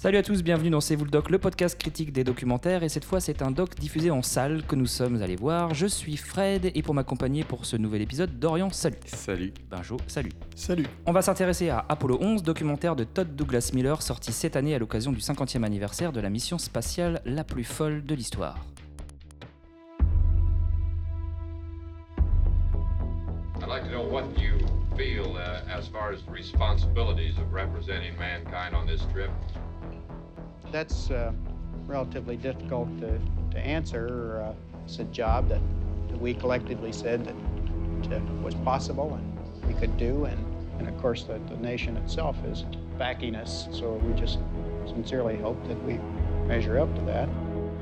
Salut à tous, bienvenue dans C'est vous le doc, le podcast critique des documentaires. Et cette fois, c'est un doc diffusé en salle que nous sommes allés voir. Je suis Fred et pour m'accompagner pour ce nouvel épisode, Dorian, salut. Salut. Benjo, salut. Salut. On va s'intéresser à Apollo 11, documentaire de Todd Douglas Miller, sorti cette année à l'occasion du 50e anniversaire de la mission spatiale la plus folle de l'histoire. I'd like to know what you feel as far as the responsibilities of representing mankind on this trip. That's relatively difficult to answer. It's a job that we collectively said that was possible and we could do, and of course the nation itself is backing us, so we just sincerely hope that we measure up to that.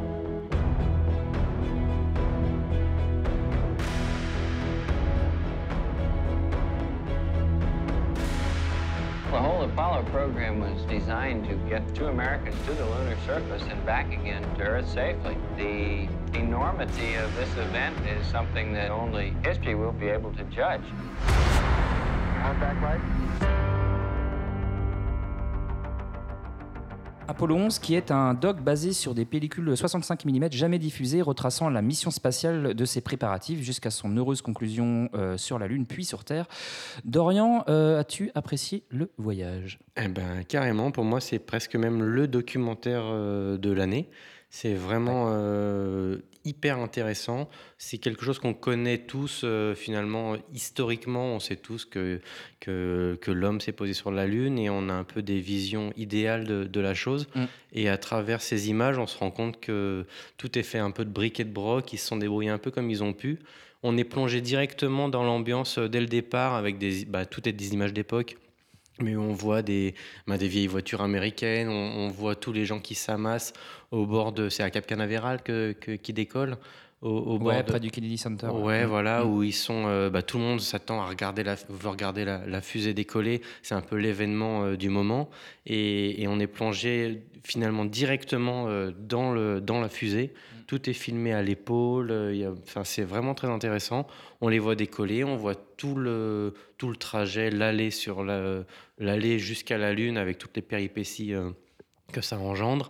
The whole Apollo program was designed to get two Americans to the lunar surface and back again to Earth safely. The enormity of this event is something that only history will be able to judge. Contact light. Apollo 11, qui est un doc basé sur des pellicules 65 mm jamais diffusées, retraçant la mission spatiale de ses préparatifs jusqu'à son heureuse conclusion sur la Lune puis sur Terre. Dorian, as-tu apprécié le voyage ? Eh ben, carrément, pour moi, c'est presque même le documentaire de l'année. C'est vraiment hyper intéressant. C'est quelque chose qu'on connaît tous, finalement, historiquement. On sait tous que l'homme s'est posé sur la Lune et on a un peu des visions idéales de la chose. Et à travers ces images, on se rend compte que tout est fait un peu de bric et de broc. Ils se sont débrouillés un peu comme ils ont pu. On est plongé directement dans l'ambiance dès le départ avec tout est des images d'époque. Mais on voit des vieilles voitures américaines, on voit tous les gens qui s'amassent au bord de... C'est à Cap Canaveral qui décolle au bord près du Kennedy Center. Voilà, où ils sont... tout le monde s'attend à veut regarder la fusée décoller. C'est un peu l'événement du moment. Et on est plongé finalement directement dans la fusée. Tout est filmé à l'épaule. C'est vraiment très intéressant. On les voit décoller, on voit tout le trajet, l'allée jusqu'à la Lune avec toutes les péripéties que ça engendre.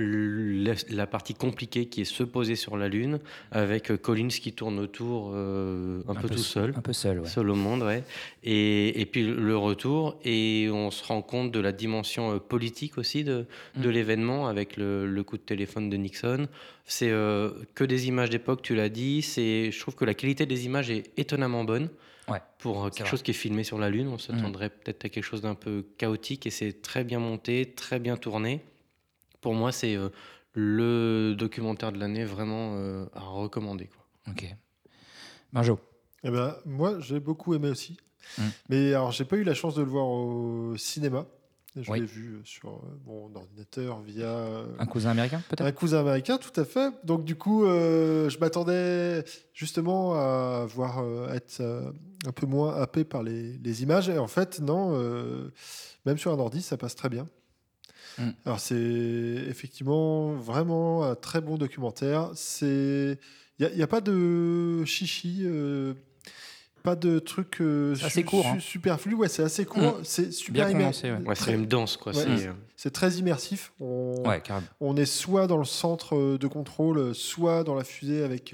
La partie compliquée qui est se poser sur la Lune avec Collins qui tourne autour un peu tout seul. Un peu seul, ouais. Seul au monde, ouais. Et puis le retour, et on se rend compte de la dimension politique aussi de l'événement avec le coup de téléphone de Nixon. C'est que des images d'époque, tu l'as dit. Je trouve que la qualité des images est étonnamment bonne. Ouais, pour quelque chose qui est filmé sur la Lune, on s'attendrait peut-être à quelque chose d'un peu chaotique, et c'est très bien monté, très bien tourné. Pour moi, c'est le documentaire de l'année vraiment à recommander, quoi. Ok. Benjo. Eh ben, moi, j'ai beaucoup aimé aussi. Mais alors, j'ai pas eu la chance de le voir au cinéma. Je l'ai vu sur mon ordinateur via... un cousin américain, peut-être ? Un cousin américain, tout à fait. Donc, du coup, je m'attendais justement à être un peu moins happé par les images. Et en fait, non, même sur un ordi, ça passe très bien. Alors, c'est effectivement vraiment un très bon documentaire. Il n'y a pas de chichi... pas de trucs assez court, superflu. Ouais, c'est assez court. C'est super immersif. Ouais, c'est même dense, quoi. Ouais, c'est très immersif. On est soit dans le centre de contrôle, soit dans la fusée avec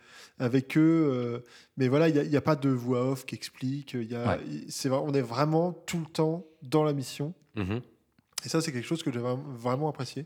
eux. Mais voilà, il y a pas de voix off qui explique. On est vraiment tout le temps dans la mission. Et ça, c'est quelque chose que j'ai vraiment apprécié.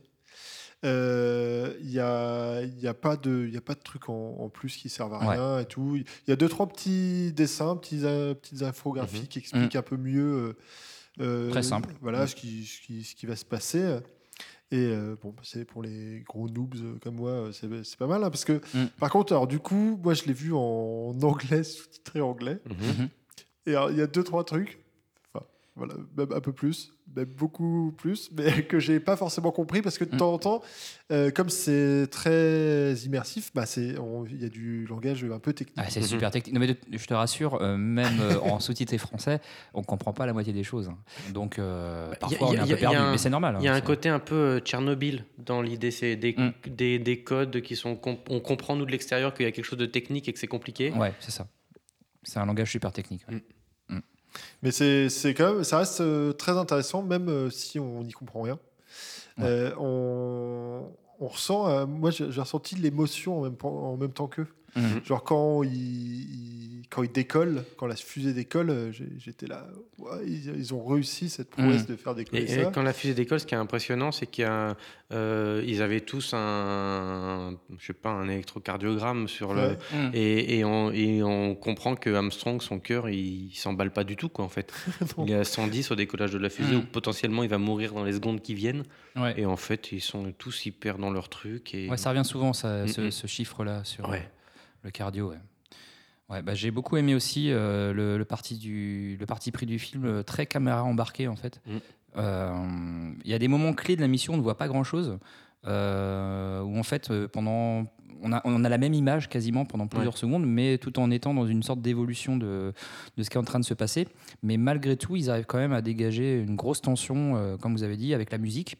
Il y a pas de trucs en plus qui servent à rien et tout. Il y a 2-3 petits dessins, petites infographies qui expliquent un peu mieux très simple. Voilà ce qui va se passer. Et c'est pour les gros noobs comme moi, c'est pas mal, hein, parce que par contre, alors du coup, moi je l'ai vu en anglais, sous-titré anglais. Et alors il y a 2-3 trucs. Voilà, même un peu plus, même beaucoup plus, mais que j'ai pas forcément compris parce que de temps en temps, comme c'est très immersif, il y a du langage un peu technique. Ah, c'est super technique. Non, mais je te rassure, même en sous-titré français, on comprend pas la moitié des choses. Donc parfois on est un peu perdu, mais c'est normal. Il y a un côté un peu Tchernobyl dans l'idée, c'est des codes qui sont on comprend nous de l'extérieur qu'il y a quelque chose de technique et que c'est compliqué. Ouais, c'est ça. C'est un langage super technique. Ouais. Mais c'est quand même, ça reste très intéressant, même si on n'y comprend rien. On ressent, moi j'ai ressenti l'émotion en même temps qu'eux. Genre quand il décolle, quand la fusée décolle, j'étais là, ouais, ils ont réussi cette prouesse de faire décoller ça. Et quand la fusée décolle, ce qui est impressionnant, c'est qu'ils avaient tous un électrocardiogramme sur le, et on comprend que Armstrong, son cœur, il s'emballe pas du tout, quoi, en fait. Il est à 110 au décollage de la fusée, où potentiellement il va mourir dans les secondes qui viennent. Ouais. Et en fait, ils sont tous hyper dans leur truc. Et... Ouais, ça revient souvent, ce chiffre-là sur le cardio. Ouais. Ouais, bah, j'ai beaucoup aimé aussi le parti pris du film, très caméra embarquée en fait. Il y a des moments clés de la mission, on ne voit pas grand-chose, où en fait, on a la même image quasiment pendant plusieurs secondes, mais tout en étant dans une sorte d'évolution de ce qui est en train de se passer. Mais malgré tout, ils arrivent quand même à dégager une grosse tension, comme vous avez dit, avec la musique.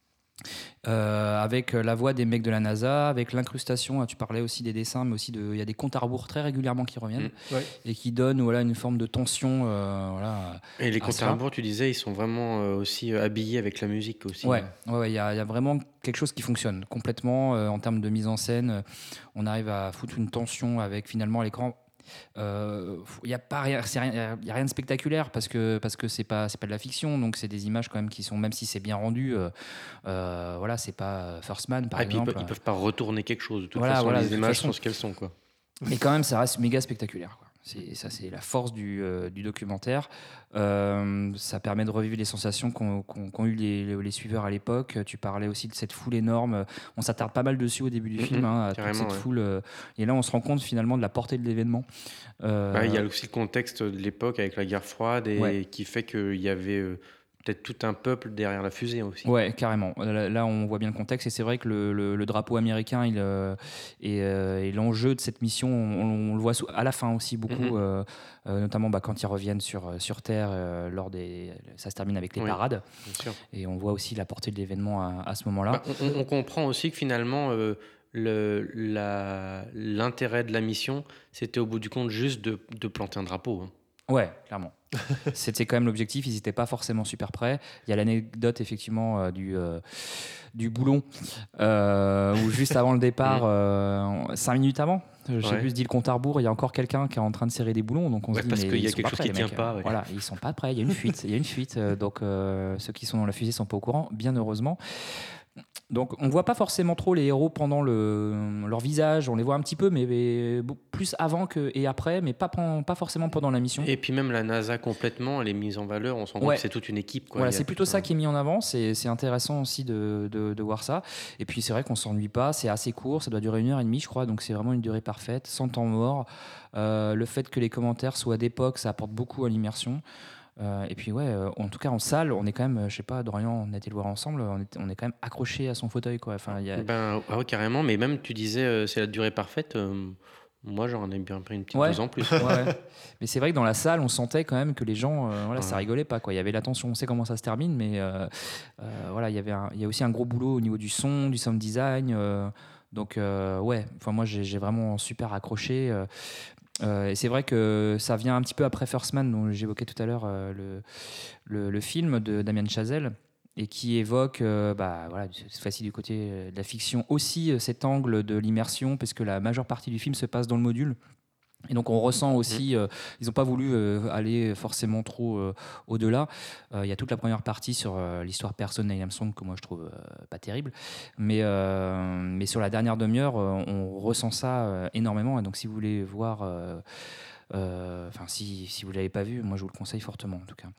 Avec la voix des mecs de la NASA, avec l'incrustation, tu parlais aussi des dessins, mais aussi il y a des comptes à rebours très régulièrement qui reviennent et qui donnent une forme de tension. Et les comptes à rebours, tu disais, ils sont vraiment aussi habillés avec la musique aussi. Ouais, il y a vraiment quelque chose qui fonctionne complètement en termes de mise en scène. On arrive à foutre une tension avec finalement à l'écran. Il y a rien de spectaculaire parce que c'est pas de la fiction, donc c'est des images quand même qui sont, même si c'est bien rendu, c'est pas First Man par exemple. Ils peuvent pas retourner quelque chose. De toute façon, les images sont ce qu'elles sont, quoi. Mais quand même, ça reste méga spectaculaire, quoi. C'est la force du documentaire. Ça permet de revivre les sensations qu'ont eu les suiveurs à l'époque. Tu parlais aussi de cette foule énorme. On s'attarde pas mal dessus au début du film, à toute cette foule. Et là, on se rend compte finalement de la portée de l'événement. Il y a aussi le contexte de l'époque avec la guerre froide et qui fait qu'il y avait... peut-être tout un peuple derrière la fusée aussi. Ouais, carrément. Là, on voit bien le contexte et c'est vrai que le drapeau américain et l'enjeu de cette mission, on le voit à la fin aussi beaucoup, notamment quand ils reviennent sur Terre, ça se termine avec les parades. Bien sûr. Et on voit aussi la portée de l'événement à ce moment-là. On comprend aussi que finalement... l'intérêt de la mission, c'était au bout du compte juste de planter un drapeau. Ouais, clairement. C'était quand même l'objectif, ils n'étaient pas forcément super prêts. Il y a l'anecdote effectivement du boulon, où juste avant le départ, 5 minutes avant, je sais plus, se dit le compte à rebours, il y a encore quelqu'un qui est en train de serrer des boulons, donc on se dit parce mais qu'il y a quelque chose qui ne tient pas. Ouais. Voilà, ils sont pas prêts, il y a une fuite, donc ceux qui sont dans la fusée sont pas au courant, bien heureusement. Donc on voit pas forcément trop les héros pendant leur visage, on les voit un petit peu, mais plus avant et après, mais pas forcément pendant la mission. Et puis même la NASA complètement, elle est mise en valeur, on se rend compte que c'est toute une équipe. Quoi. Voilà, c'est plutôt ça qui est mis en avant, c'est intéressant aussi de voir ça. Et puis c'est vrai qu'on s'ennuie pas, c'est assez court, ça doit durer 1h30 je crois, donc c'est vraiment une durée parfaite, sans temps mort. Le fait que les commentaires soient d'époque, ça apporte beaucoup à l'immersion. Et puis en tout cas en salle, on est quand même, je sais pas, Dorian, on a été le voir ensemble, on est quand même accroché à son fauteuil, quoi. Enfin, carrément, mais même tu disais c'est la durée parfaite. Moi, j'en ai bien pris une petite dose en plus. Mais c'est vrai que dans la salle, on sentait quand même que les gens, ça rigolait pas, quoi. Il y avait la tension, on sait comment ça se termine, mais il y a aussi un gros boulot au niveau du son, du sound design. Donc moi j'ai vraiment super accroché. Et c'est vrai que ça vient un petit peu après First Man, dont j'évoquais tout à l'heure le film de Damien Chazelle, et qui évoque, cette fois-ci du côté de la fiction, aussi cet angle de l'immersion, parce que la majeure partie du film se passe dans le module. Et donc on ressent aussi, ils n'ont pas voulu aller forcément trop au-delà. Il y a toute la première partie sur l'histoire perso de Neil Armstrong que moi je trouve pas terrible, mais sur la dernière demi-heure, on ressent ça énormément. Et donc si vous voulez voir, si vous l'avez pas vu, moi je vous le conseille fortement en tout cas.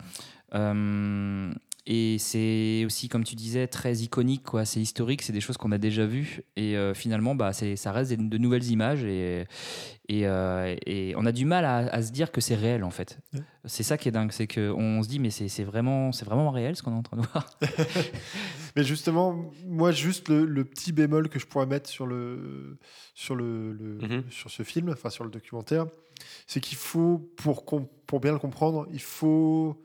Et c'est aussi, comme tu disais, très iconique, quoi. C'est historique, c'est des choses qu'on a déjà vues. Et finalement, ça reste de nouvelles images. Et on a du mal à se dire que c'est réel, en fait. Ouais. C'est ça qui est dingue. C'est qu'on se dit, mais c'est vraiment réel ce qu'on est en train de voir. Mais justement, moi, juste le petit bémol que je pourrais mettre sur ce film, enfin sur le documentaire, c'est qu'il faut, pour bien le comprendre, il faut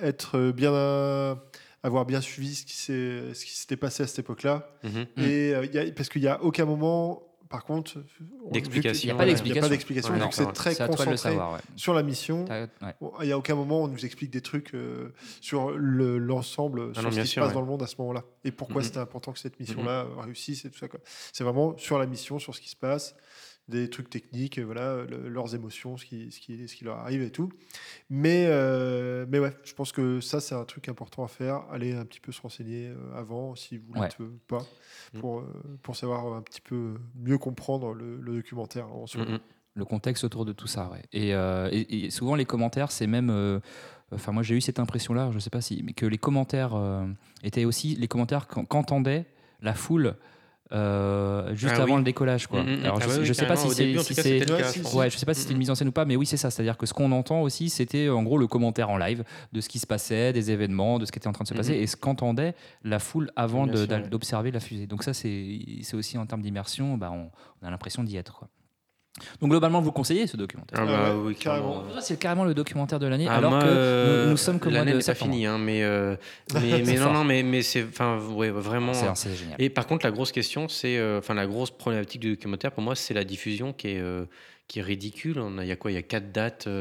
avoir bien suivi ce qui s'était passé à cette époque-là. Et parce qu'il n'y a aucun moment, Par contre, il n'y a pas d'explication. Donc c'est très concentré sur la mission. Il n'y a aucun moment où on nous explique des trucs sur l'ensemble, sur ce qui se passe dans le monde à ce moment-là. Et pourquoi c'était important que cette mission-là réussisse et tout ça. C'est vraiment sur la mission, sur ce qui se passe, des trucs techniques, voilà, leurs émotions, ce qui leur arrive et tout. Mais ouais, je pense que ça, c'est un truc important à faire. Allez un petit peu se renseigner avant, si vous ne l'êtes pas, pour savoir un petit peu mieux comprendre le documentaire en soi. Le contexte autour de tout ça, ouais. Et souvent, les commentaires, c'est même... Enfin, moi, j'ai eu cette impression-là, je ne sais pas si... Mais que les commentaires étaient aussi les commentaires qu'entendait la foule juste avant le décollage, quoi. Alors je sais pas si c'est je sais pas si c'était une mise en scène ou pas, mais oui, c'est ça, c'est-à-dire que ce qu'on entend aussi, c'était en gros le commentaire en live de ce qui se passait, des événements, de ce qui était en train de se passer, et ce qu'entendait la foule avant d'observer la fusée. Donc ça, c'est aussi en termes d'immersion, on a l'impression d'y être, quoi. Donc globalement, vous le conseillez, ce documentaire? Oui, carrément. C'est carrément le documentaire de l'année, alors que nous sommes comme l'année n'est pas finie, hein, mais c'est, vraiment. C'est génial. Et par contre, la grosse question, c'est, la grosse problématique du documentaire pour moi, c'est la diffusion qui est ridicule. Il y a quoi? Il y a 4 dates.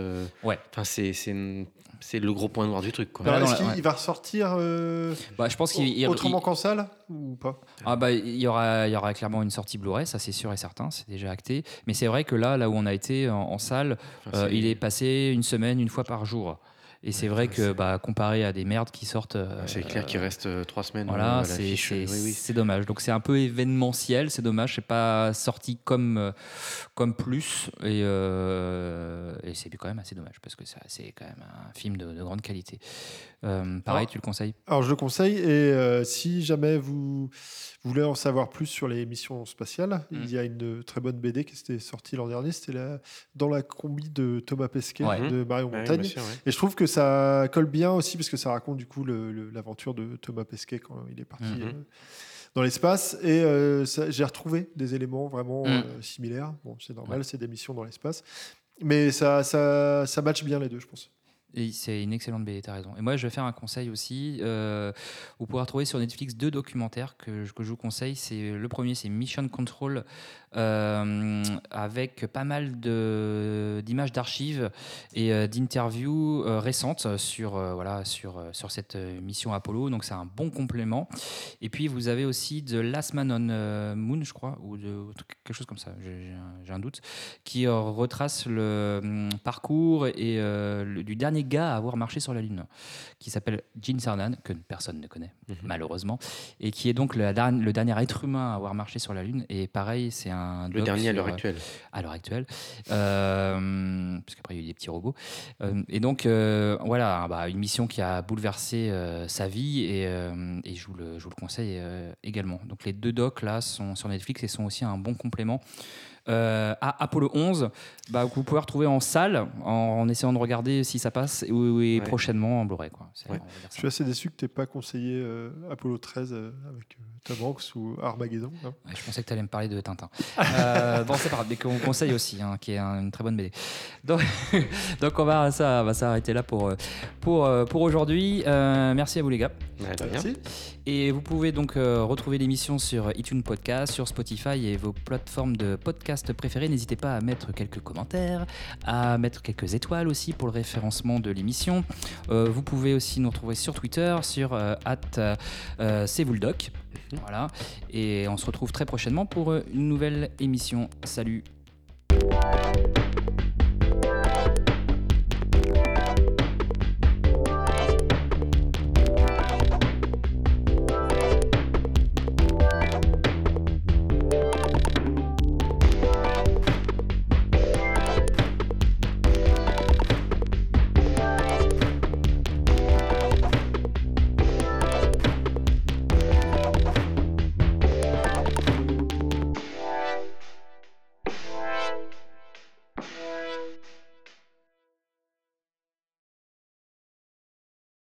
C'est le gros point noir du truc, quoi. Alors, est-ce qu'il va ressortir je pense autrement qu'en salle ou pas? Il y aura clairement une sortie Blu-ray, ça c'est sûr et certain, c'est déjà acté. Mais c'est vrai que là où on a été en salle, il est passé une semaine, une fois par jour. Et c'est vrai que comparé à des merdes qui sortent... c'est clair qu'il reste 3 semaines. Voilà, c'est dommage. Donc c'est un peu événementiel, c'est dommage, c'est pas sorti comme plus. Et c'est quand même assez dommage, parce que c'est quand même un film de grande qualité. Pareil, tu le conseilles? Alors je le conseille, et si jamais vous voulez en savoir plus sur les missions spatiales, il y a une très bonne BD qui était sortie l'an dernier, c'était Dans la combi de Thomas Pesquet, de Marion Montagne. Sûr, et je trouve que ça colle bien aussi, parce que ça raconte du coup l'aventure de Thomas Pesquet quand il est parti dans l'espace, et j'ai retrouvé des éléments vraiment similaires. Bon, c'est normal, c'est des missions dans l'espace, mais ça matche bien les deux, je pense. Et c'est une excellente BD, t'as raison. Et moi, je vais faire un conseil aussi. Vous pourrez retrouver sur Netflix 2 documentaires que je vous conseille. Le premier, c'est Mission Control, avec pas mal d'images d'archives et d'interviews récentes sur cette mission Apollo. Donc, c'est un bon complément. Et puis, vous avez aussi The Last Man on Moon, je crois, ou quelque chose comme ça, j'ai un doute, qui retrace le parcours du dernier gars à avoir marché sur la Lune, qui s'appelle Gene Cernan, que personne ne connaît, malheureusement, et qui est donc le dernier être humain à avoir marché sur la Lune. Et pareil, c'est un le dernier à l'heure actuelle. À l'heure actuelle, parce qu'après il y a eu des petits robots. Et donc une mission qui a bouleversé sa vie, et je vous le conseille également. Donc les 2 docs là sont sur Netflix et sont aussi un bon complément à Apollo 11, que vous pouvez retrouver en salle en essayant de regarder si ça passe, et prochainement en Blu-ray, quoi. Je suis assez déçu que tu n'aies pas conseillé Apollo 13 avec Tom Hanks ou Armageddon. Je pensais que tu allais me parler de Tintin. C'est pas grave, mais qu'on conseille aussi, qui est une très bonne BD. Donc on va s'arrêter là pour aujourd'hui. Merci à vous les gars. Merci. Et vous pouvez donc retrouver l'émission sur iTunes Podcast, sur Spotify et vos plateformes de podcast préférées. N'hésitez pas à mettre quelques commentaires, à mettre quelques étoiles aussi pour le référencement de l'émission. Vous pouvez aussi nous retrouver sur Twitter, sur @cvouledoc. Voilà. Et on se retrouve très prochainement pour une nouvelle émission. Salut.